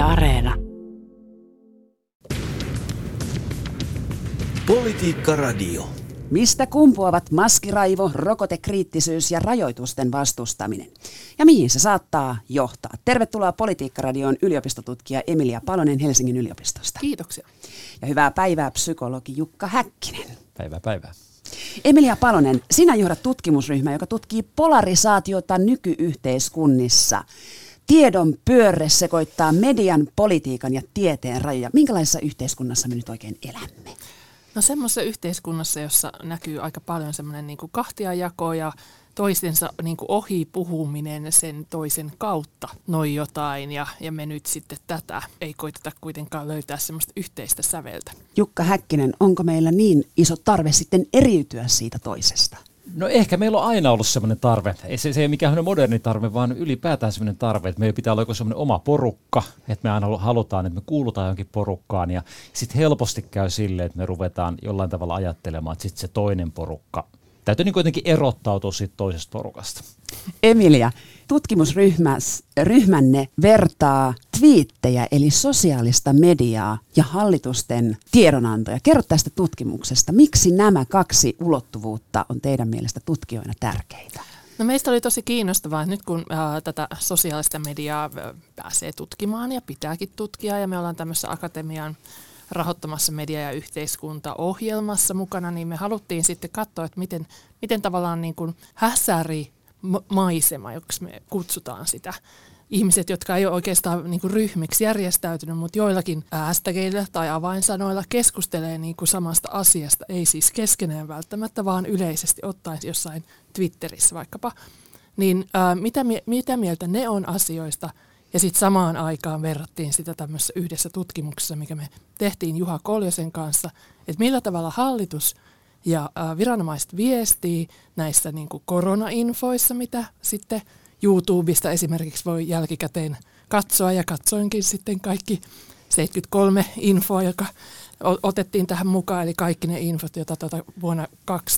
Areena. Politiikka Radio. Mistä kumpuavat maskiraivo, rokotekriittisyys ja rajoitusten vastustaminen? Ja mihin se saattaa johtaa? Tervetuloa Politiikka-radioon yliopistotutkija Emilia Palonen Helsingin yliopistosta. Kiitoksia. Ja hyvää päivää psykologi Jukka Häkkinen. Päivää. Emilia Palonen, sinä johdat tutkimusryhmää, joka tutkii polarisaatiota nykyyhteiskunnissa. Tiedon pyörre sekoittaa median, politiikan ja tieteen rajoja. Minkälaisessa yhteiskunnassa me nyt oikein elämme? No semmoisessa yhteiskunnassa, jossa näkyy aika paljon semmoinen niin kuin kahtiajako ja toistensa niin kuin ohi puhuminen sen toisen kautta noin jotain ja me nyt sitten tätä ei koiteta kuitenkaan löytää semmoista yhteistä säveltä. Jukka Häkkinen, onko meillä niin iso tarve sitten eriytyä siitä toisesta? No ehkä meillä on aina ollut semmoinen tarve. Se ei ole mikään moderni tarve, vaan ylipäätään semmoinen tarve, että meillä pitää olla joku semmoinen oma porukka, että me aina halutaan, että me kuulutaan johonkin porukkaan ja sitten helposti käy silleen, että me ruvetaan jollain tavalla ajattelemaan, että sitten se toinen porukka täytyy niin kuitenkin erottautua siitä toisesta porukasta. Emilia, tutkimusryhmänne vertaa twiittejä eli sosiaalista mediaa ja hallitusten tiedonantoja. Kerro tästä tutkimuksesta. Miksi nämä kaksi ulottuvuutta on teidän mielestä tutkijoina tärkeitä? No meistä oli tosi kiinnostavaa, että nyt kun tätä sosiaalista mediaa pääsee tutkimaan ja pitääkin tutkia ja me ollaan tämmöisessä akatemian rahoittamassa media- ja yhteiskuntaohjelmassa mukana, niin me haluttiin sitten katsoa, että miten tavallaan niin kuin häsäri maisema, joksi me kutsutaan sitä. Ihmiset, jotka ei ole oikeastaan niin kuin ryhmiksi järjestäytynyt, mutta joillakin hashtageilla tai avainsanoilla keskustelee niin kuin samasta asiasta, ei siis keskenään välttämättä, vaan yleisesti ottaen jossain Twitterissä vaikkapa. Niin mitä mieltä ne on asioista? Ja sitten samaan aikaan verrattiin sitä tämmöisessä yhdessä tutkimuksessa, mikä me tehtiin Juha Koljosen kanssa, että millä tavalla hallitus ja viranomaiset viestii näissä niin kuin koronainfoissa, mitä sitten YouTubesta esimerkiksi voi jälkikäteen katsoa. Ja katsoinkin sitten kaikki 73 infoa, joka otettiin tähän mukaan, eli kaikki ne infot, joita vuonna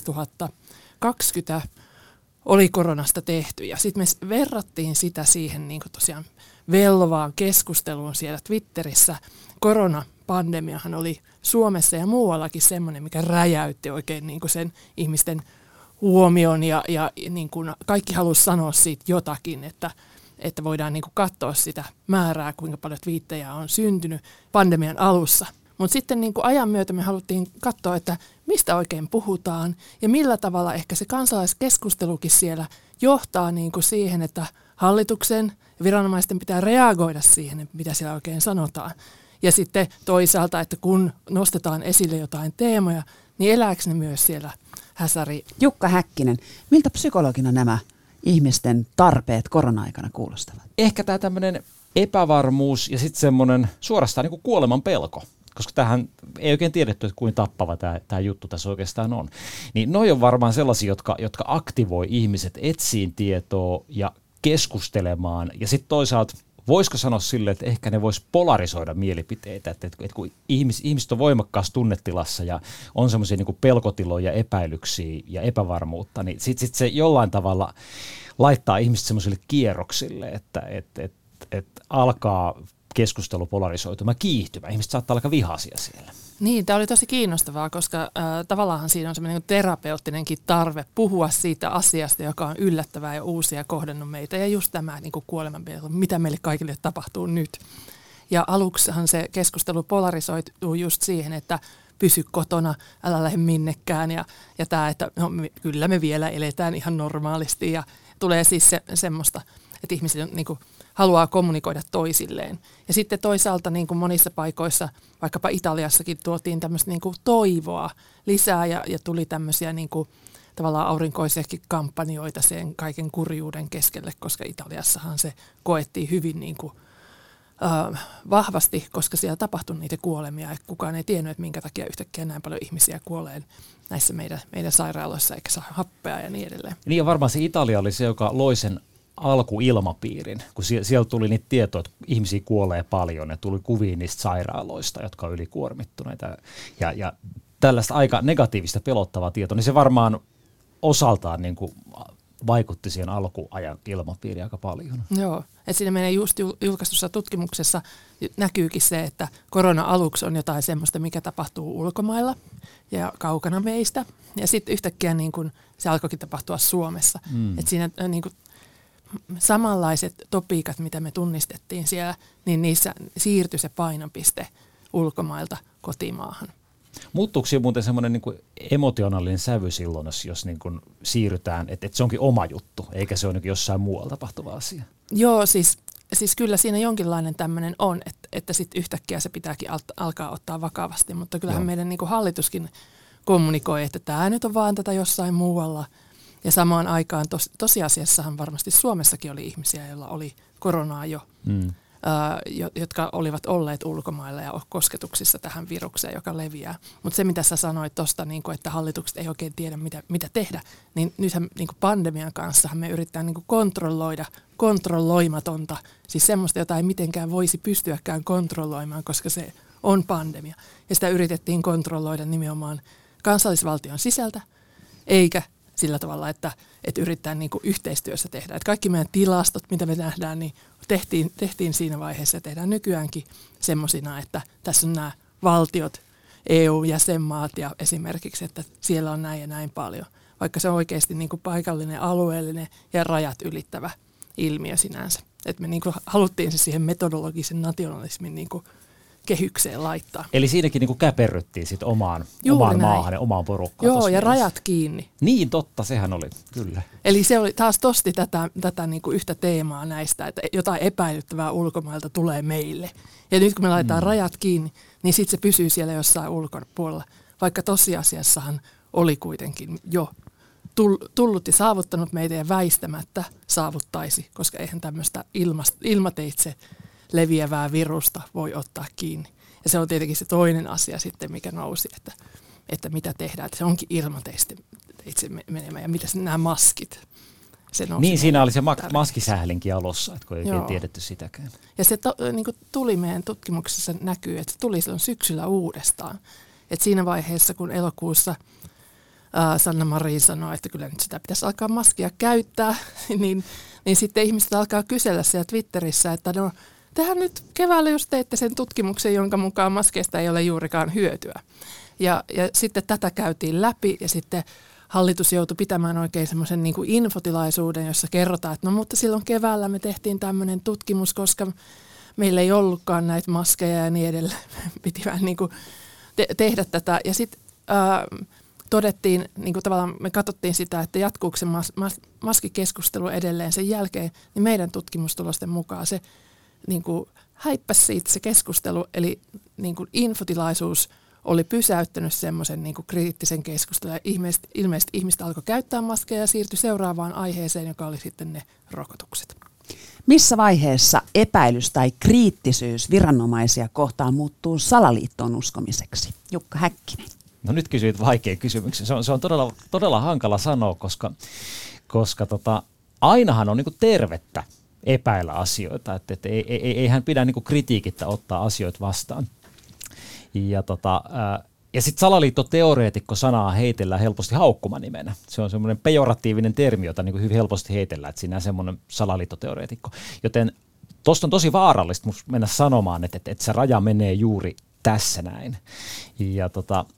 2020 oli koronasta tehty. Ja sitten me verrattiin sitä siihen niin kuin tosiaan vellovaan keskusteluun siellä Twitterissä. Koronapandemiahan oli Suomessa ja muuallakin semmoinen, mikä räjäytti oikein niin kuin sen ihmisten huomion ja niin kuin kaikki halusi sanoa siitä jotakin, että voidaan niin kuin katsoa sitä määrää, kuinka paljon twiittejä on syntynyt pandemian alussa. Mutta sitten niin kuin ajan myötä me haluttiin katsoa, että mistä oikein puhutaan ja millä tavalla ehkä se kansalaiskeskustelukin siellä johtaa niin kuin siihen, että hallituksen ja viranomaisten pitää reagoida siihen, mitä siellä oikein sanotaan. Ja sitten toisaalta, että kun nostetaan esille jotain teemoja, niin elääkö ne myös siellä häsäri? Jukka Häkkinen, miltä psykologina nämä ihmisten tarpeet korona-aikana kuulostavat? Ehkä tämä tämmöinen epävarmuus ja sitten semmoinen suorastaan niin kuin kuoleman pelko. Koska tähän ei oikein tiedetty, että kuinka tappava tämä juttu tässä oikeastaan on. Niin noi on varmaan sellaisia, jotka aktivoi ihmiset etsiin tietoa ja keskustelemaan. Ja sitten toisaalta voisiko sanoa silleen, että ehkä ne vois polarisoida mielipiteitä, että kun ihmiset on voimakkaassa tunnetilassa ja on semmoisia niin kuin pelkotiloja, epäilyksiä ja epävarmuutta, niin sitten se jollain tavalla laittaa ihmiset semmoisille kierroksille, että alkaa keskustelu polarisoitumaan, kiihtymään. Ihmiset saattaa olla aika vihaisia siellä. Niin, tämä oli tosi kiinnostavaa, koska tavallaan siinä on semmoinen terapeuttinenkin tarve puhua siitä asiasta, joka on yllättävää ja uusia kohdannut meitä. Ja just tämä niin kuin kuolemanpelko, mitä meille kaikille tapahtuu nyt. Ja aluksihan se keskustelu polarisoituu just siihen, että pysy kotona, älä lähde minnekään. Ja tämä, että no, kyllä me vielä eletään ihan normaalisti. Ja tulee siis semmoista, että ihmiset niin kuin haluaa kommunikoida toisilleen. Ja sitten toisaalta niin kuin monissa paikoissa, vaikkapa Italiassakin tuotiin tämmöistä niin kuin toivoa lisää ja tuli tämmöisiä niin kuin tavallaan aurinkoisiakin kampanjoita sen kaiken kurjuuden keskelle, koska Italiassahan se koettiin hyvin niin kuin, vahvasti, koska siellä tapahtui niitä kuolemia. Et kukaan ei tiennyt, että minkä takia yhtäkkiä näin paljon ihmisiä kuolee näissä meidän sairaaloissa eikä saa happea ja niin edelleen. Niin ja varmaan se Italia oli se, joka loi sen alkuilmapiirin, kun siellä tuli niitä tietoja, että ihmisiä kuolee paljon ja tuli kuvia niistä sairaaloista, jotka on ylikuormittuneita ja tällaista aika negatiivista pelottavaa tietoa, niin se varmaan osaltaan niin kuin vaikutti siihen alkuajan ilmapiiriin aika paljon. Joo, että siinä meidän just julkaistussa tutkimuksessa näkyykin se, että korona aluksi on jotain semmoista, mikä tapahtuu ulkomailla ja kaukana meistä. Ja sitten yhtäkkiä niin kun se alkoikin tapahtua Suomessa. Että siinä niin kun samanlaiset topiikat, mitä me tunnistettiin siellä, niin niissä siirtyi se painopiste ulkomailta kotimaahan. Muuttuuko siinä muuten semmoinen niin kuin emotionaalinen sävy silloin, jos niin kuin siirrytään, että se onkin oma juttu, eikä se ole niin jossain muualla tapahtuva asia? Joo, siis kyllä siinä jonkinlainen tämmöinen on, että sitten yhtäkkiä se pitääkin alkaa ottaa vakavasti, mutta kyllähän meidän niin kuin hallituskin kommunikoi, että tämä nyt on vaan tätä jossain muualla. Ja samaan aikaan tosiasiassahan varmasti Suomessakin oli ihmisiä, joilla oli koronaa jo, jotka olivat olleet ulkomailla ja kosketuksissa tähän virukseen, joka leviää. Mutta se, mitä sä sanoit tuosta, niin että hallitukset ei oikein tiedä, mitä tehdä, niin nythän niin pandemian kanssa me yritetään niin kontrolloida kontrolloimatonta, siis semmoista, jota ei mitenkään voisi pystyäkään kontrolloimaan, koska se on pandemia. Ja sitä yritettiin kontrolloida nimenomaan kansallisvaltion sisältä, eikä sillä tavalla, että yrittää niin kuin yhteistyössä tehdä. Että kaikki meidän tilastot, mitä me nähdään, niin tehtiin siinä vaiheessa ja tehdään nykyäänkin semmoisina, että tässä on nämä valtiot, EU-jäsenmaat ja esimerkiksi, että siellä on näin ja näin paljon. Vaikka se on oikeasti niin kuin paikallinen, alueellinen ja rajat ylittävä ilmiö sinänsä. Että me niin kuin haluttiin se siihen metodologisen nationalismin niin kuin kehykseen laittaa. Eli siinäkin niin käperryttiin sit omaan maahan ja omaan porukkaan. Joo, ja rajat kiinni. Niin, totta, sehän oli, kyllä. Eli se oli taas tosti tätä niin kuin yhtä teemaa näistä, että jotain epäilyttävää ulkomailta tulee meille. Ja nyt kun me laitetaan rajat kiinni, niin sitten se pysyy siellä jossain ulkopuolella. Vaikka tosiasiassahan oli kuitenkin jo tullut ja saavuttanut meitä ja väistämättä saavuttaisi, koska eihän tämmöistä ilmateitse leviävää virusta voi ottaa kiinni. Ja se on tietenkin se toinen asia sitten, mikä nousi, että mitä tehdään. Että se onkin ilmateitse menemään. Ja mitä nämä maskit? Niin, siinä oli se maskisählinkin alussa, että kun ei oikein tiedetty sitäkään. Ja se niin kuin tuli meidän tutkimuksessa näkyy, että se tuli silloin syksyllä uudestaan. Että siinä vaiheessa, kun elokuussa Sanna Marin sanoi, että kyllä nyt sitä pitäisi alkaa maskia käyttää, niin sitten ihmiset alkaa kysellä siellä Twitterissä, että no, tehän nyt keväällä just teitte sen tutkimuksen, jonka mukaan maskeista ei ole juurikaan hyötyä. Ja sitten tätä käytiin läpi ja sitten hallitus joutui pitämään oikein semmoisen niin kuin infotilaisuuden, jossa kerrotaan, että no mutta silloin keväällä me tehtiin tämmöinen tutkimus, koska meillä ei ollutkaan näitä maskeja ja niin edelleen. Piti vähän niin kuin tehdä tätä ja sitten todettiin, niin kuin tavallaan me katsottiin sitä, että jatkuuko se maskikeskustelu edelleen sen jälkeen, niin meidän tutkimustulosten mukaan se niin kuin häippäsi siitä se keskustelu, eli niin kuin infotilaisuus oli pysäyttänyt semmoisen niin kuin kriittisen keskustelun, ja ilmeisesti ihmiset alkoi käyttää maskeja ja siirtyi seuraavaan aiheeseen, joka oli sitten ne rokotukset. Missä vaiheessa epäilys tai kriittisyys viranomaisia kohtaan muuttuu salaliittoon uskomiseksi? Jukka Häkkinen. No nyt kysyit vaikean kysymyksen. Se on todella hankala sanoa, koska ainahan on niinku tervettä epäillä asioita, että eihän pidä niinku kritiikittä ottaa asioita vastaan. Ja sitten salaliittoteoreetikko-sanaa heitellään helposti haukkuma-nimenä. Se on semmoinen pejoratiivinen termi, jota niinku hyvin helposti heitellään, että siinä on semmoinen salaliittoteoreetikko. Joten tuosta on tosi vaarallista mennä sanomaan, että se raja menee juuri tässä näin. Ja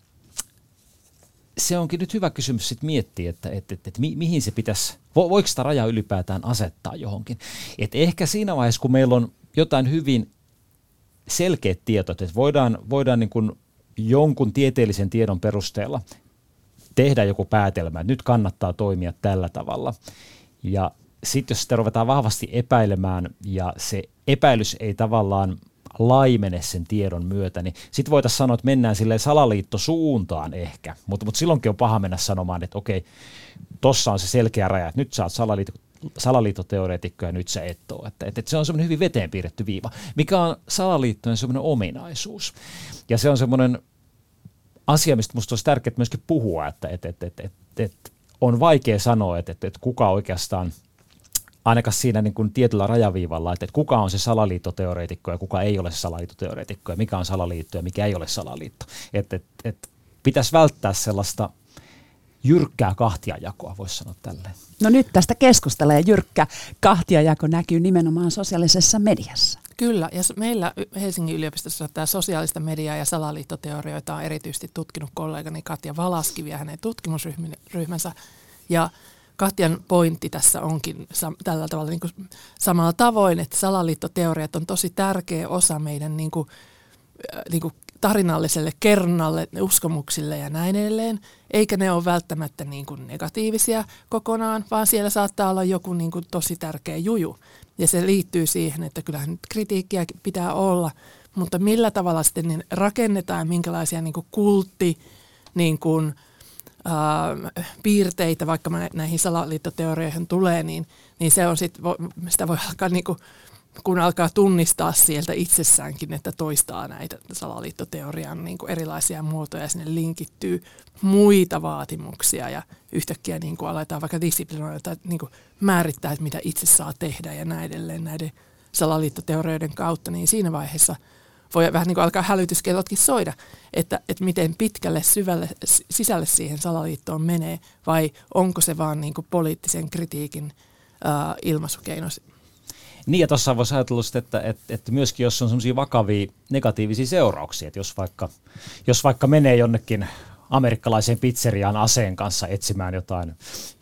se onkin nyt hyvä kysymys sitten miettiä, että mihin se pitäisi, voiko sitä rajaa ylipäätään asettaa johonkin. Et ehkä siinä vaiheessa, kun meillä on jotain hyvin selkeät tiedot, että voidaan niin kuin jonkun tieteellisen tiedon perusteella tehdä joku päätelmä, että nyt kannattaa toimia tällä tavalla. Ja sitten jos sitä ruvetaan vahvasti epäilemään ja se epäilys ei tavallaan laimene sen tiedon myötä, niin sitten voitaisiin sanoa, että mennään silleen salaliittosuuntaan ehkä, mutta silloinkin on paha mennä sanomaan, että okei, tossa on se selkeä raja, että nyt sä oot salaliittoteoreetikko ja nyt sä et ole. Että se on semmoinen hyvin veteen piirretty viiva, mikä on salaliittojen semmoinen ominaisuus. Ja se on semmoinen asia, mistä musta olisi tärkeää myöskin puhua, että on vaikea sanoa, että kuka oikeastaan ainakaan siinä niin kuin tietyllä rajaviivalla, että kuka on se salaliittoteoreetikko ja kuka ei ole se salaliittoteoreetikko ja mikä on salaliitto ja mikä ei ole salaliitto. Että pitäisi välttää sellaista jyrkkää kahtiajakoa, voisi sanoa tälleen. No nyt tästä keskustellaan ja jyrkkä kahtiajako näkyy nimenomaan sosiaalisessa mediassa. Kyllä, ja meillä Helsingin yliopistossa tämä sosiaalista mediaa ja salaliittoteorioita on erityisesti tutkinut kollegani Katja Valaskivi ja hänen tutkimusryhmänsä. Ja Katjan pointti tässä onkin tällä tavalla niin kuin samalla tavoin, että salaliittoteoriat on tosi tärkeä osa meidän niin kuin tarinalliselle kerronnalle, uskomuksille ja näin edelleen, eikä ne ole välttämättä niin kuin negatiivisia kokonaan, vaan siellä saattaa olla joku niin kuin tosi tärkeä juju. Ja se liittyy siihen, että kyllähän nyt kritiikkiä pitää olla, mutta millä tavalla sitten niin rakennetaan, minkälaisia niin kuin kultti, niin kuin, piirteitä, vaikka näihin salaliittoteorioihin tulee, niin se on sitä voi alkaa niin kuin, kun alkaa tunnistaa sieltä itsessäänkin, että toistaa näitä salaliittoteorian niin kuin erilaisia muotoja, sinne linkittyy muita vaatimuksia ja yhtäkkiä niin kuin aletaan vaikka disciplinoida niin kuin määrittää, että mitä itse saa tehdä ja näin edelleen näiden salaliittoteorioiden kautta, niin siinä vaiheessa voi vähän niin kuin alkaa hälytyskellotkin soida, että miten pitkälle syvälle sisälle siihen salaliittoon menee vai onko se vaan niin kuin poliittisen kritiikin ilmaisukeino. Niin ja tuossa voisi ajatella, että myöskin jos on sellaisia vakavia negatiivisia seurauksia, että jos vaikka menee jonnekin amerikkalaiseen pizzeriaan aseen kanssa etsimään jotain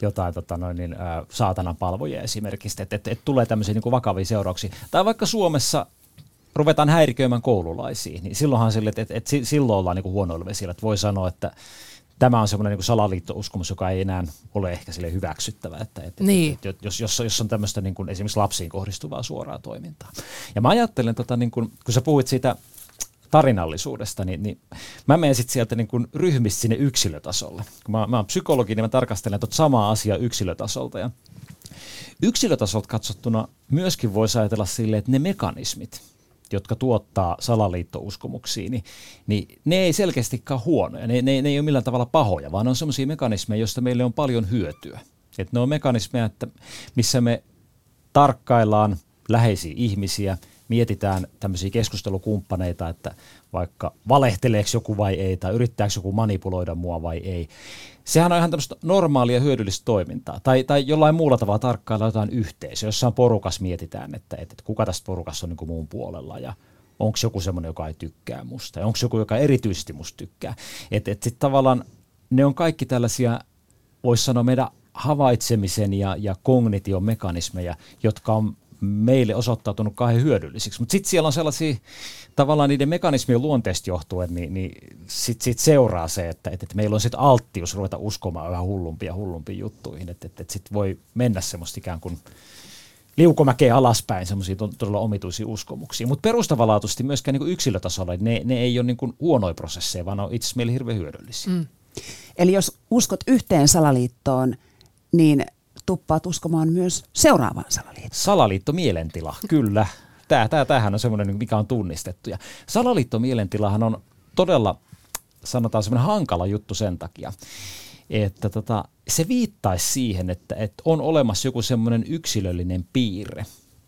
saatanan palvoja esimerkiksi, että tulee tämmöisiä niin kuin vakavia seurauksia. Tai vaikka Suomessa ruvetaan häiriköimään koululaisia, niin silloinhan että silloin ollaan niin kuin huonoilla vesillä. Että voi sanoa, että tämä on semmoinen niin salaliittouskomus, joka ei enää ole ehkä sille hyväksyttävä, niin. Jos on tämmöistä niin kuin esimerkiksi lapsiin kohdistuvaa suoraa toimintaa. Ja mä ajattelen, niin kun sä puhuit siitä tarinallisuudesta, niin mä menen sitten sieltä niin kuin ryhmistä sinne yksilötasolle. Kun mä oon psykologi, niin mä tarkastelen samaa asiaa yksilötasolta. Ja yksilötasolta katsottuna myöskin voisi ajatella silleen, että ne mekanismit, jotka tuottaa salaliittouskomuksia, niin ne ei selkeästikään huonoja. Ne ei ole millään tavalla pahoja, vaan ne on sellaisia mekanismeja, joista meille on paljon hyötyä. Et ne on mekanismeja, että missä me tarkkaillaan läheisiä ihmisiä, mietitään tämmöisiä keskustelukumppaneita, että vaikka valehteleeko joku vai ei, tai yrittääkö joku manipuloida mua vai ei. Sehän on ihan tämmöistä normaalia hyödyllistä toimintaa. Tai jollain muulla tavalla tarkkailla jotain yhteisöä. Jossain porukassa mietitään, että kuka tästä porukassa on niin kuin muun puolella ja onko joku semmoinen, joka ei tykkää musta ja onko joku, joka erityisesti musta tykkää. Että sitten tavallaan ne on kaikki tällaisia, voisi sanoa, meidän havaitsemisen ja kognition mekanismeja, jotka on meille osoittautunut kauhean hyödyllisiksi. Mutta sitten siellä on sellaisia, tavallaan niiden mekanismien luonteesta johtuen, niin sitten seuraa se, että meillä on sitten alttius ruveta uskomaan vähän hullumpia juttuihin. Että sitten voi mennä semmoista ikään kuin liukomäkeä alaspäin, semmoisia todella omituisia uskomuksia. Mutta perustavanlaatuisesti myöskään niin kuin yksilötasolla, ne ei ole niin kuin huonoja prosesseja, vaan on itse asiassa meille hirveän hyödyllisiä. Mm. Eli jos uskot yhteen salaliittoon, niin tuppaat uskomaan myös seuraavaan salaliittoon. Salaliittomielentila, kyllä. Tämähän on semmoinen, mikä on tunnistettu. Ja salaliittomielentilahan on todella, sanotaan semmoinen hankala juttu sen takia, että se viittaisi siihen, että on olemassa joku semmoinen yksilöllinen piirre,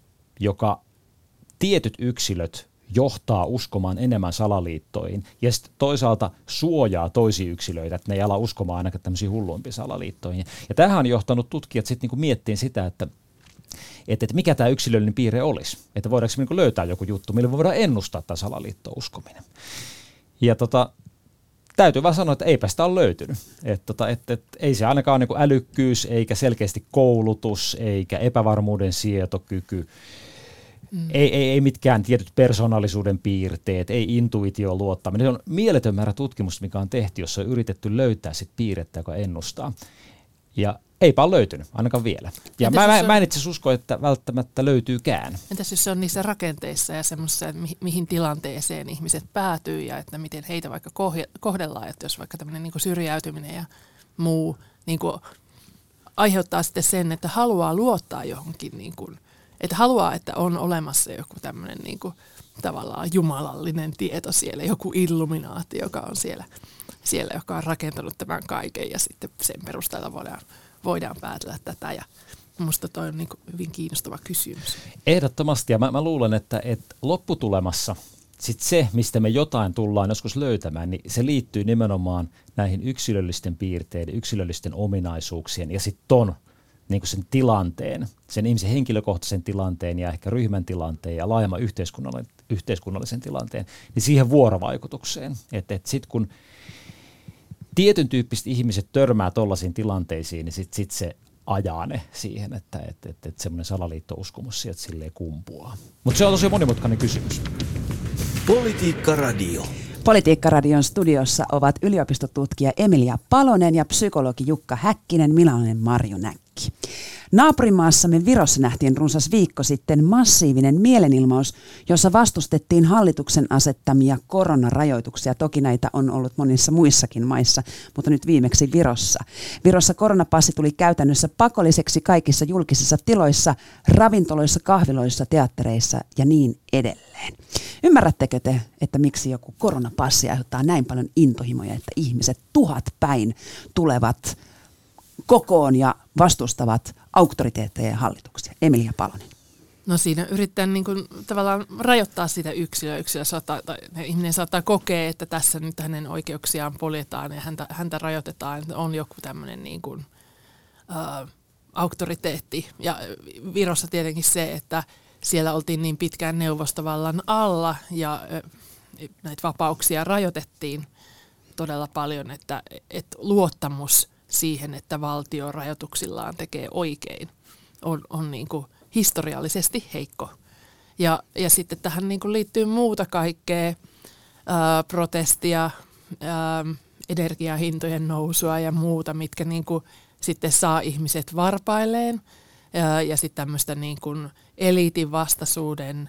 joka tietyt yksilöt johtaa uskomaan enemmän salaliittoihin ja sitten toisaalta suojaa toisia yksilöitä, että ne ei ala uskomaan ainakaan tämmöisiä hulluimpia salaliittoihin. Ja tämähän on johtanut tutkijat sitten niinku miettimään sitä, että mikä tämä yksilöllinen piirre olisi. Että voidaanko niinku löytää joku juttu, millä voidaan ennustaa tämä salaliitto-uskominen. Ja täytyy vaan sanoa, että eipä sitä ole löytynyt. Että ei se ainakaan ole niinku älykkyys, eikä selkeästi koulutus, eikä epävarmuuden sietokyky. Ei mitkään tietyt persoonallisuuden piirteet, ei intuitioon luottaminen. Se on mieletön määrä tutkimusta, mikä on tehty, jossa on yritetty löytää sit piirrettä, joka ennustaa. Ja eipä ole löytynyt, ainakaan vielä. Ja mä en itse asiassa usko, että välttämättä löytyykään. Entäs jos se on niissä rakenteissa ja semmoisessa, että mihin tilanteeseen ihmiset päätyy ja että miten heitä vaikka kohdellaan, että jos vaikka tämmöinen niin kuin syrjäytyminen ja muu niin kuin aiheuttaa sitten sen, että haluaa luottaa johonkin niin kuin, että haluaa, että on olemassa joku tämmöinen niin kuin tavallaan jumalallinen tieto siellä, joku illuminaatti, joka on siellä, joka on rakentanut tämän kaiken ja sitten sen perusteella voidaan päätellä tätä. Ja minusta toi on niin kuin hyvin kiinnostava kysymys. Ehdottomasti ja mä luulen, että lopputulemassa sit se, mistä me jotain tullaan joskus löytämään, niin se liittyy nimenomaan näihin yksilöllisten piirteiden, yksilöllisten ominaisuuksien ja sitten niin sen tilanteen, sen ihmisen henkilökohtaisen tilanteen ja ehkä ryhmän tilanteen ja laajemman yhteiskunnallisen tilanteen, niin siihen vuorovaikutukseen. Että sitten kun tietyn tyyppiset ihmiset törmää tollaisiin tilanteisiin, niin sitten se ajaa ne siihen, että semmoinen salaliittouskomus sieltä silleen kumpuaa. Mutta se on tosiaan monimutkainen kysymys. Politiikka Radio. Politiikkaradion studiossa ovat yliopistotutkija Emilia Palonen ja psykologi Jukka Häkkinen. Minä olen Marju Näkki. Naapurimaassamme Virossa nähtiin runsas viikko sitten massiivinen mielenilmaus, jossa vastustettiin hallituksen asettamia koronarajoituksia. Toki näitä on ollut monissa muissakin maissa, mutta nyt viimeksi Virossa. Virossa koronapassi tuli käytännössä pakolliseksi kaikissa julkisissa tiloissa, ravintoloissa, kahviloissa, teattereissa ja niin edelleen. Ymmärrättekö te, että miksi joku koronapassi aiheuttaa näin paljon intohimoja, että ihmiset 1000 päin tulevat kokoon ja vastustavat auktoriteetteja ja hallituksia? Emilia Palonen. No siinä yrittää niin kuin tavallaan rajoittaa sitä yksilöä. Ihminen saattaa kokea, että tässä nyt hänen oikeuksiaan poljetaan ja häntä rajoitetaan. On joku tämmöinen niin kuin, auktoriteetti. Ja Virossa tietenkin se, että siellä oltiin niin pitkään neuvostovallan alla ja näitä vapauksia rajoitettiin todella paljon, että luottamus siihen, että valtio rajoituksillaan tekee oikein, on niin kuin historiallisesti heikko. Ja sitten tähän niin kuin liittyy muuta kaikkea, protestia, energiahintojen nousua ja muuta, mitkä niin kuin sitten saa ihmiset varpailleen. Ja sitten tämmöistä niin kuin eliitin vastaisuuden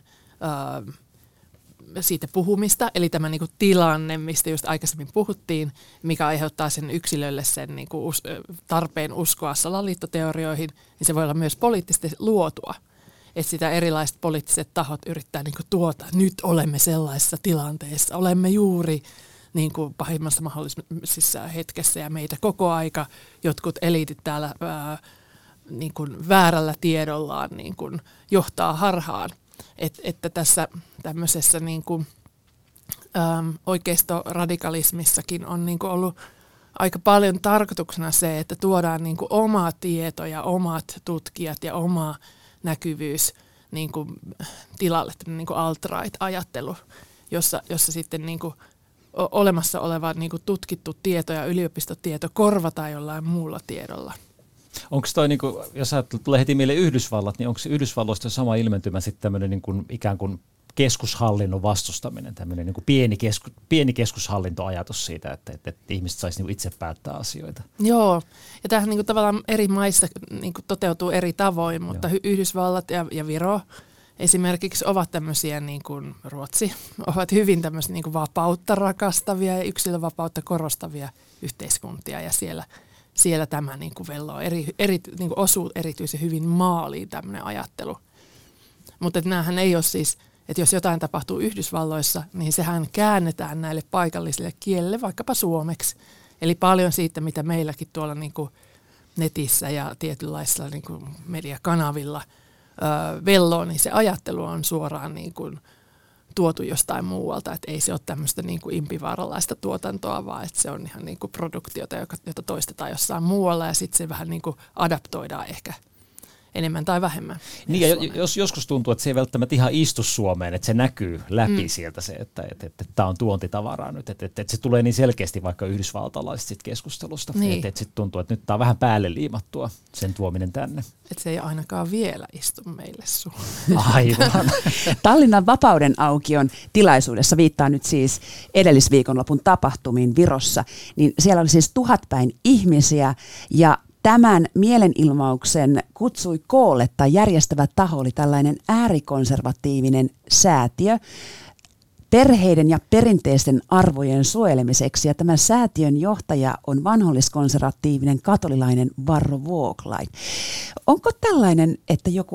siitä puhumista, eli tämä niin kuin tilanne, mistä just aikaisemmin puhuttiin, mikä aiheuttaa sen yksilölle sen niin kuin tarpeen uskoa salaliittoteorioihin, niin se voi olla myös poliittisesti luotua. Että sitä erilaiset poliittiset tahot yrittää niin kuin tuota, nyt olemme sellaisessa tilanteessa, olemme juuri niin kuin pahimmassa mahdollisessa hetkessä ja meitä koko aika jotkut eliitit täällä niin kuin väärällä tiedollaan niin kuin johtaa harhaan. Että tässä tämmöisessä niin kuin, oikeistoradikalismissakin on niin kuin ollut aika paljon tarkoituksena se, että tuodaan niin kuin oma tieto ja omat tutkijat ja oma näkyvyys niin kuin tilalle, niin kuin alt-right-ajattelu, jossa sitten niin kuin olemassa oleva niin kuin tutkittu tieto ja yliopistotieto korvataan jollain muulla tiedolla. Onko toi, niin kuin, jos tulee heti mieleen Yhdysvallat, niin onko Yhdysvalloista sama ilmentymä sitten tämmöinen niin kuin, ikään kuin keskushallinnon vastustaminen, tämmöinen niin kuin pieni keskushallintoajatus siitä, että ihmiset saisi niin kuin itse päättää asioita? Joo, ja tämähän niin kuin tavallaan eri maissa niin kuin toteutuu eri tavoin, mutta Yhdysvallat ja Viro esimerkiksi ovat tämmöisiä, niin kuin Ruotsi, ovat hyvin tämmöisiä niin kuin vapautta rakastavia ja yksilövapautta korostavia yhteiskuntia, ja siellä tämä niin kuin velloo, niin kuin osuu erityisen hyvin maaliin tämmöinen ajattelu. Mutta näähän ei ole siis, että jos jotain tapahtuu Yhdysvalloissa, niin sehän käännetään näille paikallisille kielille, vaikkapa suomeksi. Eli paljon siitä, mitä meilläkin tuolla niin kuin netissä ja tietynlaisilla niin kuin mediakanavilla velloo, niin se ajattelu on suoraan niin kuin tuotu jostain muualta, että ei se ole tämmöistä niin kuin impivaaralaista tuotantoa, vaan että se on ihan niin kuin produktiota, jota toistetaan jossain muualla ja sitten se vähän niin kuin adaptoidaan ehkä enemmän tai vähemmän. Niin ja joskus tuntuu, että se ei välttämättä ihan istu Suomeen, että se näkyy läpi sieltä se, että tämä on tuontitavaraa nyt, että se tulee niin selkeästi vaikka yhdysvaltalaisista sit keskustelusta, niin. Että sitten tuntuu, että nyt tämä on vähän päälle liimattua sen tuominen tänne. Että se ei ainakaan vielä istu meille Suomeen. Aivan. Tallinnan Vapauden aukion tilaisuudessa, viittaa nyt siis edellisviikonlopun tapahtumiin Virossa, niin siellä oli siis 1000 päin ihmisiä ja tämän mielenilmauksen kutsui koolle tai järjestävä taho oli tällainen äärikonservatiivinen säätiö perheiden ja perinteisten arvojen suojelemiseksi. Ja tämän säätiön johtaja on vanholliskonservatiivinen katolilainen Varro Vooglaid. Onko tällainen, että joku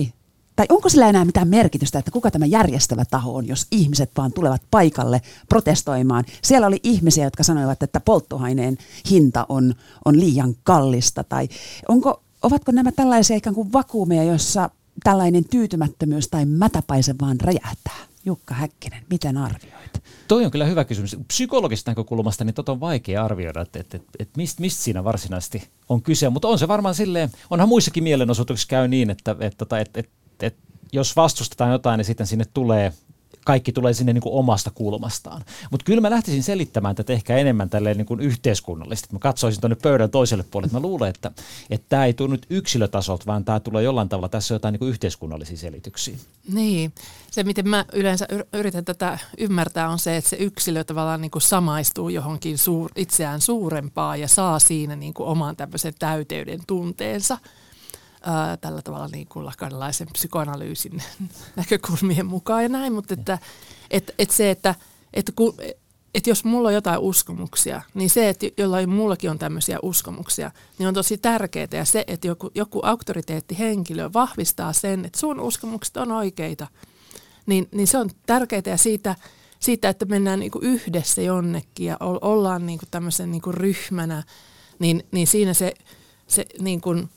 tai onko sillä enää mitään merkitystä, että kuka tämä järjestävä taho on, jos ihmiset vaan tulevat paikalle protestoimaan? Siellä oli ihmisiä, jotka sanoivat, että polttoaineen hinta on liian kallista. Tai ovatko nämä tällaisia ikään kuin vakuumeja, jossa tällainen tyytymättömyys tai mätäpaise vaan räjähtää? Jukka Häkkinen, miten arvioit? Toi on kyllä hyvä kysymys. Psykologisesta näkökulmasta niin on vaikea arvioida, että mistä siinä varsinaisesti on kyse, mutta on se varmaan silleen, onhan muissakin mielenosoituksissa käy niin, että jos vastustetaan jotain, niin sitten sinne kaikki tulee sinne niin kuin omasta kulmastaan. Mutta kyllä mä lähtisin selittämään tätä ehkä enemmän tälleen niin kuin yhteiskunnallisesti. Mä katsoisin tuonne pöydän toiselle puolelle. Mä luulen, että tämä ei tule nyt yksilötasolta, vaan tämä tulee jollain tavalla. Tässä on jotain niin kuin yhteiskunnallisia selityksiä. Niin. Se, miten mä yleensä yritän tätä ymmärtää, on se, että se yksilö tavallaan niin kuin samaistuu johonkin itseään suurempaan ja saa siinä niin kuin oman tämmöisen täyteyden tunteensa. Tällä tavalla niin kuin lakanalaisen psykoanalyysin näkökulmien mukaan ja näin, mutta että jos mulla on jotain uskomuksia, niin se, että jollain mullakin on tämmöisiä uskomuksia, niin on tosi tärkeää ja se, että joku auktoriteettihenkilö vahvistaa sen, että sun uskomukset on oikeita, niin se on tärkeää ja siitä, että mennään niin kuin yhdessä jonnekin ja ollaan niin kuin tämmöisen niin kuin ryhmänä, niin siinä se niin kuin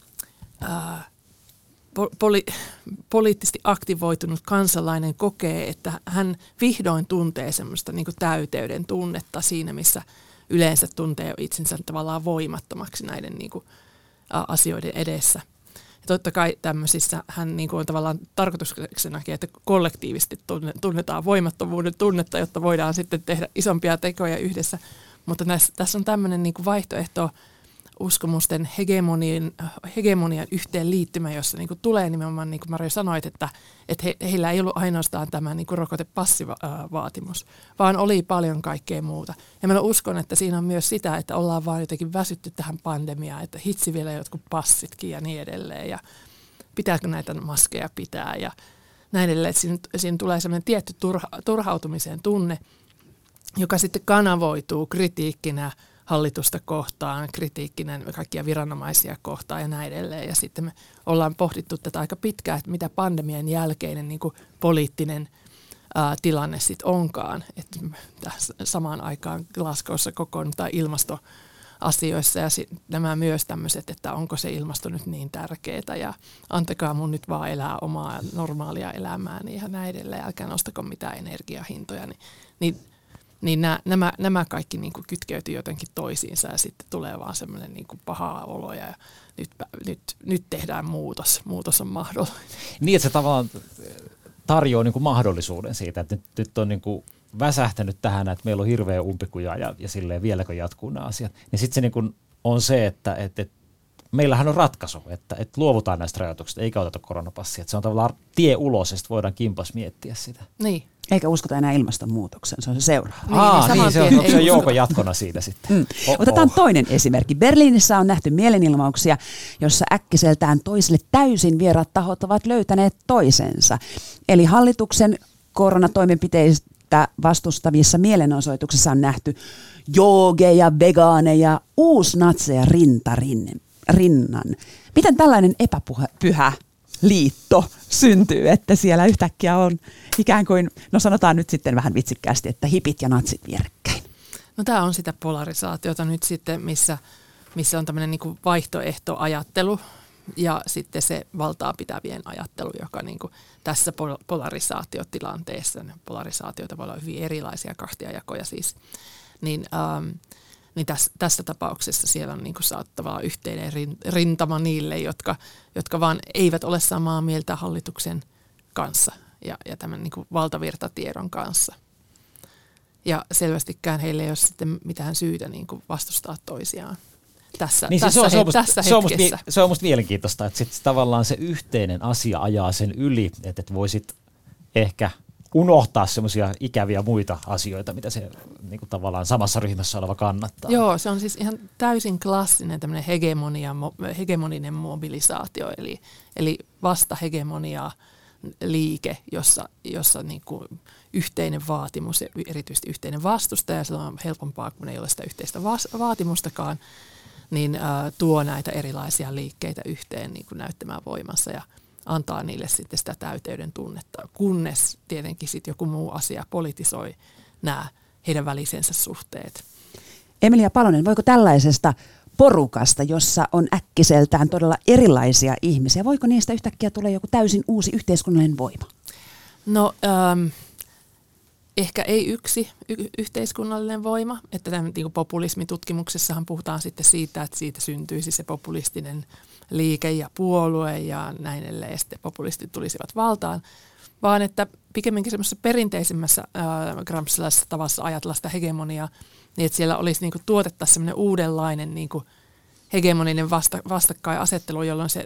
poliittisesti aktivoitunut kansalainen kokee, että hän vihdoin tuntee semmoista niin kuin täyteyden tunnetta siinä, missä yleensä tuntee itsensä tavallaan voimattomaksi näiden niin kuin asioiden edessä. Ja totta kai tämmöisissä hän niin kuin on tavallaan tarkoituksenakin, että kollektiivisesti tunnetaan voimattomuuden tunnetta, jotta voidaan sitten tehdä isompia tekoja yhdessä. Mutta tässä on tämmöinen niin kuin vaihtoehto uskomusten hegemonian yhteenliittymä, jossa niin kuin tulee nimenomaan, niin kuin Maria sanoit, että heillä ei ollut ainoastaan tämä niin kuin rokotepassivaatimus, vaan oli paljon kaikkea muuta. Ja mä uskon, että siinä on myös sitä, että ollaan vaan jotenkin väsytty tähän pandemiaan, että hitsi vielä jotkut passitkin ja niin edelleen, ja pitääkö näitä maskeja pitää, ja näin edelleen. Siinä tulee sellainen tietty turhautumisen tunne, joka sitten kanavoituu kritiikkinä hallitusta kohtaan, kritiikkinä kaikkia viranomaisia kohtaan ja näin edelleen. Ja sitten me ollaan pohdittu tätä aika pitkään, että mitä pandemian jälkeinen niin kuin poliittinen tilanne sitten onkaan. Että samaan aikaan Glasgowssa kokoonnutaan ilmastoasioissa ja nämä myös tämmöiset, että onko se ilmasto nyt niin tärkeää ja antakaa mun nyt vaan elää omaa normaalia elämääni ja näin edelleen. Älkää nostako mitään energiahintoja. Niin nämä kaikki niin kuin kytkeytyy jotenkin toisiinsa ja sitten tulee vaan semmoinen niin kuin paha olo ja nyt tehdään muutos. Muutos on mahdollinen. Niin, että se tavallaan tarjoaa niin kuin mahdollisuuden siitä, että nyt on niin kuin väsähtänyt tähän, että meillä on hirveä umpikuja ja silleen vieläkö jatkuu nämä asiat. Ja sitten se niin kuin on se, että meillähän on ratkaisu, että luovutaan näistä rajoituksista, eikä oteta koronapassia. Että se on tavallaan tie ulos ja sitten voidaan kimpas miettiä sitä. Niin. Eikä uskota enää ilmastonmuutokseen, se on se seuraava. Niin se on joukon jatkona siitä sitten. Otetaan toinen esimerkki. Berliinissä on nähty mielenilmauksia, jossa äkkiseltään toisille täysin vieraat tahot ovat löytäneet toisensa. Eli hallituksen koronatoimenpiteistä vastustavissa mielenosoituksissa on nähty joogeja, vegaaneja, uusnatseja rinnan. Miten tällainen epäpyhä liitto syntyy, että siellä yhtäkkiä on ikään kuin, no sanotaan nyt sitten vähän vitsikkäästi, että hipit ja natsit vierekkäin. No tämä on sitä polarisaatiota nyt sitten, missä on tämmöinen niin kuin vaihtoehtoajattelu ja sitten se valtaa pitävien ajattelu, joka niin kuin tässä polarisaatiotilanteessa, polarisaatioita voi olla hyvin erilaisia kahtiajakoja siis, niin tässä tapauksessa siellä on niin kuin saattavaa yhteinen rintama niille, jotka vaan eivät ole samaa mieltä hallituksen kanssa ja tämän niin kuin valtavirtatiedon kanssa. Ja selvästikään heille ei ole sitten mitään syytä niin kuin vastustaa toisiaan tässä hetkessä. Se on musta mielenkiintoista, että sit tavallaan se yhteinen asia ajaa sen yli, että voisit ehkä unohtaa semmoisia ikäviä muita asioita, mitä se niin kuin tavallaan samassa ryhmässä oleva kannattaa. Joo, se on siis ihan täysin klassinen tämmöinen hegemoninen mobilisaatio, eli vastahegemonia liike, jossa niin kuin yhteinen vaatimus ja erityisesti yhteinen vastustaja, se on helpompaa, kun ei ole sitä yhteistä vaatimustakaan, niin tuo näitä erilaisia liikkeitä yhteen niin kuin näyttämään voimassa ja antaa niille sitten sitä täyteyden tunnetta, kunnes tietenkin sitten joku muu asia politisoi nämä heidän välisensä suhteet. Emilia Palonen, voiko tällaisesta porukasta, jossa on äkkiseltään todella erilaisia ihmisiä, voiko niistä yhtäkkiä tulla joku täysin uusi yhteiskunnallinen voima? No ehkä ei yksi yhteiskunnallinen voima, että tämän niin kuin populismitutkimuksessahan puhutaan sitten siitä, että siitä syntyisi se populistinen liike ja puolue ja näin edelleen, ja sitten populistit tulisivat valtaan, vaan että pikemminkin semmoisessa perinteisemmässä gramscilaisessa tavassa ajatella sitä hegemoniaa, niin että siellä olisi niin kuin tuotettaisiin semmoinen uudenlainen niin kuin hegemoninen vastakkainasettelu, jolloin se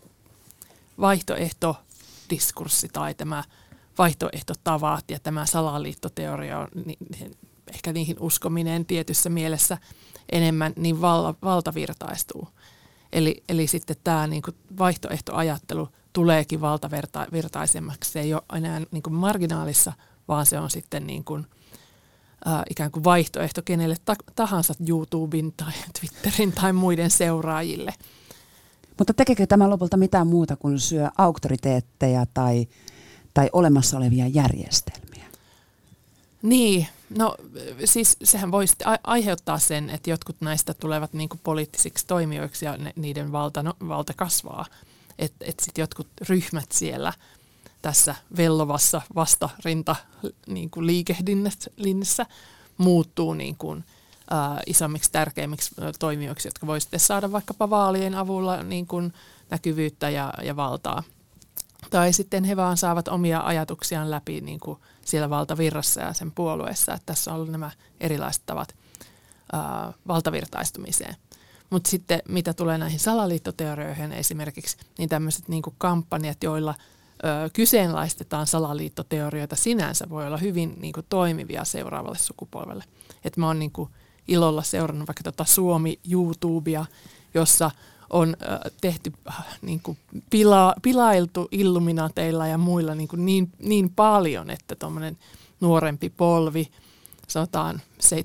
vaihtoehtodiskurssi tai tämä vaihtoehtotavat ja tämä salaliittoteoria, ehkä niihin uskominen tietyssä mielessä enemmän, niin valtavirtaistuu. Eli sitten tämä niin kuin vaihtoehtoajattelu tuleekin valtavirtaisemmaksi. Se ei ole enää niin kuin marginaalissa, vaan se on sitten niin kuin, ikään kuin vaihtoehto kenelle tahansa YouTuben tai Twitterin tai muiden seuraajille. Mutta tekeekö tämä lopulta mitään muuta kuin syö auktoriteetteja tai olemassa olevia järjestelmiä? Niin, no siis sehän voi aiheuttaa sen, että jotkut näistä tulevat niin kuin poliittisiksi toimijoiksi ja niiden valta kasvaa. Että sitten jotkut ryhmät siellä tässä vellovassa vastarinta niin kuin liikehdinnässä muuttuu niin kuin, isommiksi, tärkeimmiksi toimijoiksi, jotka voi sitten saada vaikkapa vaalien avulla niin kuin näkyvyyttä ja valtaa. Tai sitten he vaan saavat omia ajatuksiaan läpi niin kuin siellä valtavirrassa ja sen puolueessa. Että tässä on ollut nämä erilaiset tavat valtavirtaistumiseen. Mutta sitten mitä tulee näihin salaliittoteorioihin esimerkiksi, niin tämmöiset niin kuin kampanjat, joilla kyseenalaistetaan salaliittoteorioita sinänsä, voi olla hyvin niin kuin toimivia seuraavalle sukupolvelle. Että mä oon niin kuin ilolla seurannut vaikka Suomi-YouTubea, jossa on tehty niin kuin pilailtu illuminaateilla ja muilla niin paljon, että tuommoinen nuorempi polvi, sanotaan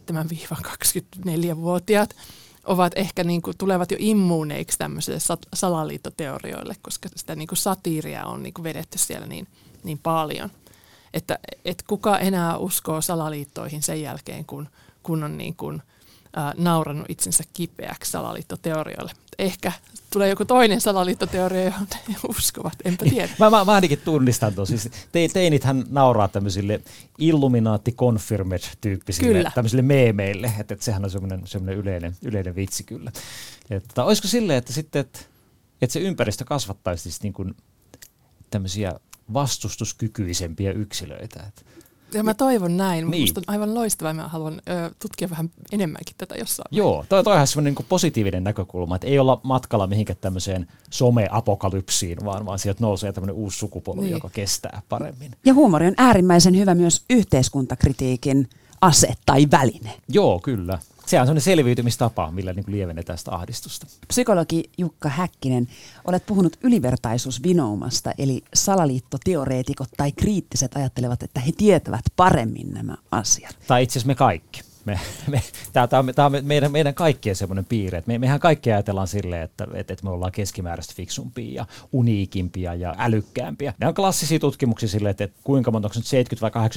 7-24-vuotiaat, ovat ehkä niin kuin, tulevat jo immuuneiksi tämmöisille salaliittoteorioille, koska sitä niin kuin satiiria on niin kuin vedetty siellä niin paljon. Että kuka enää uskoo salaliittoihin sen jälkeen, kun on niin kuin, naurannut itsensä kipeäksi salaliittoteorioille. Ehkä tulee joku toinen salaliittoteoria, johon he uskovat, enpä tiedä. Mä ainakin tunnistan tuon. Siis teinithän nauraa tämmöisille Illuminati confirmed-tyyppisille tämmöisille meemeille, että sehän on semmoinen yleinen vitsi kyllä. Että olisiko silleen, että sitten että se ympäristö kasvattaisi siis niin kuin tämmöisiä vastustuskykyisempiä yksilöitä, että ja mä toivon näin. Niin. Musta on aivan loistavaa. Mä haluan tutkia vähän enemmänkin tätä jossain. Joo, toi on ihan semmoinen niin positiivinen näkökulma, että ei olla matkalla mihinkään tämmöiseen some-apokalypsiin, vaan sieltä nousee tämmöinen uusi sukupolvi, joka kestää paremmin. Ja huumori on äärimmäisen hyvä myös yhteiskuntakritiikin ase tai väline. Joo, kyllä. Se on sellainen selviytymistapa, millä niin kuin lievennetään sitä ahdistusta. Psykologi Jukka Häkkinen, olet puhunut ylivertaisuusvinoumasta, eli salaliittoteoreetikot tai kriittiset ajattelevat, että he tietävät paremmin nämä asiat. Tai itse asiassa me kaikki. Tämä on meidän kaikkien semmoinen piirre. Mehän kaikki ajatellaan silleen, että me ollaan keskimääräistä fiksumpia ja uniikimpia ja älykkäämpiä. Ne on klassisia tutkimuksia silleen, että kuinka monta, onko nyt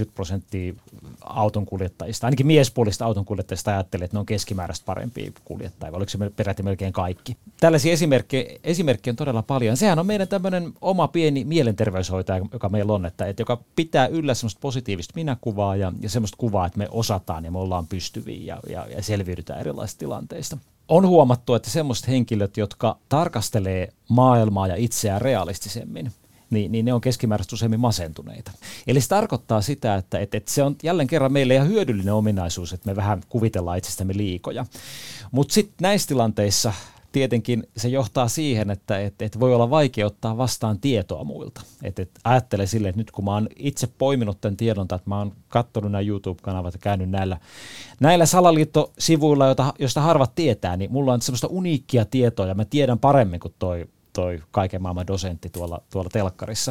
70-80% autonkuljettajista, ainakin miespuolista autonkuljettajista ajattelee, että ne on keskimääräistä parempia kuljettajia, vai oliko se peräti melkein kaikki. Tällaisia esimerkkejä on todella paljon. Sehän on meidän tämmöinen oma pieni mielenterveyshoitaja, joka meillä on, että joka pitää yllä semmoista positiivista minäkuvaa ja semmoista kuvaa, että me osataan ja me ollaan pystyviä ja selviydytään erilaisista tilanteista. On huomattu, että semmoiset henkilöt, jotka tarkastelee maailmaa ja itseään realistisemmin, niin ne on keskimääräisesti useimmin masentuneita. Eli se tarkoittaa sitä, että se on jälleen kerran meille ihan hyödyllinen ominaisuus, että me vähän kuvitellaan itsestämme liikoja. Mutta sitten näissä tilanteissa tietenkin se johtaa siihen, että voi olla vaikea ottaa vastaan tietoa muilta. Ajattele silleen, että nyt kun mä oon itse poiminut tämän tiedon, että mä oon katsonut nämä YouTube-kanavat ja käynyt näillä salaliittosivuilla, joista harvat tietää, niin mulla on semmoista uniikkia tietoa ja mä tiedän paremmin kuin toi kaiken maailman dosentti tuolla telkkarissa.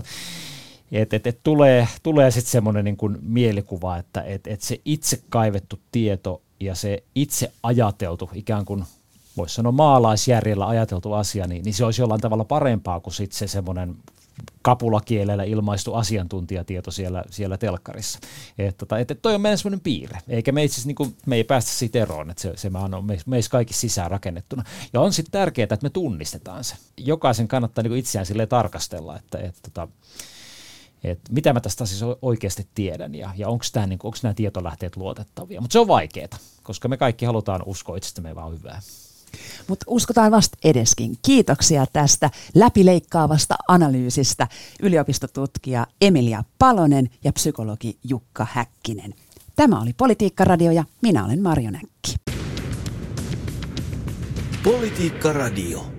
Tulee sitten semmoinen niin kuin mielikuva, että se itse kaivettu tieto ja se itse ajateltu ikään kuin voisi sanoa maalaisjärjellä ajateltu asia, niin se olisi jollain tavalla parempaa kuin sitten se semmoinen kapulakielellä ilmaistu asiantuntijatieto siellä telkkarissa. Että toi on meidän semmoinen piirre, eikä me ei päästä siitä eroon, että se on meissä kaikissa sisään rakennettuna. Ja on sitten tärkeää, että me tunnistetaan se. Jokaisen kannattaa niin kuin itseään silleen tarkastella, että että mitä mä tästä siis oikeasti tiedän ja onko nämä tietolähteet luotettavia. Mutta se on vaikeaa, koska me kaikki halutaan uskoa itsestämme vaan hyvää. Mutta uskotaan vasta edeskin. Kiitoksia tästä läpileikkaavasta analyysistä yliopistotutkija Emilia Palonen ja psykologi Jukka Häkkinen. Tämä oli Politiikka-radio ja minä olen Marjo Näkki. Politiikka-radio.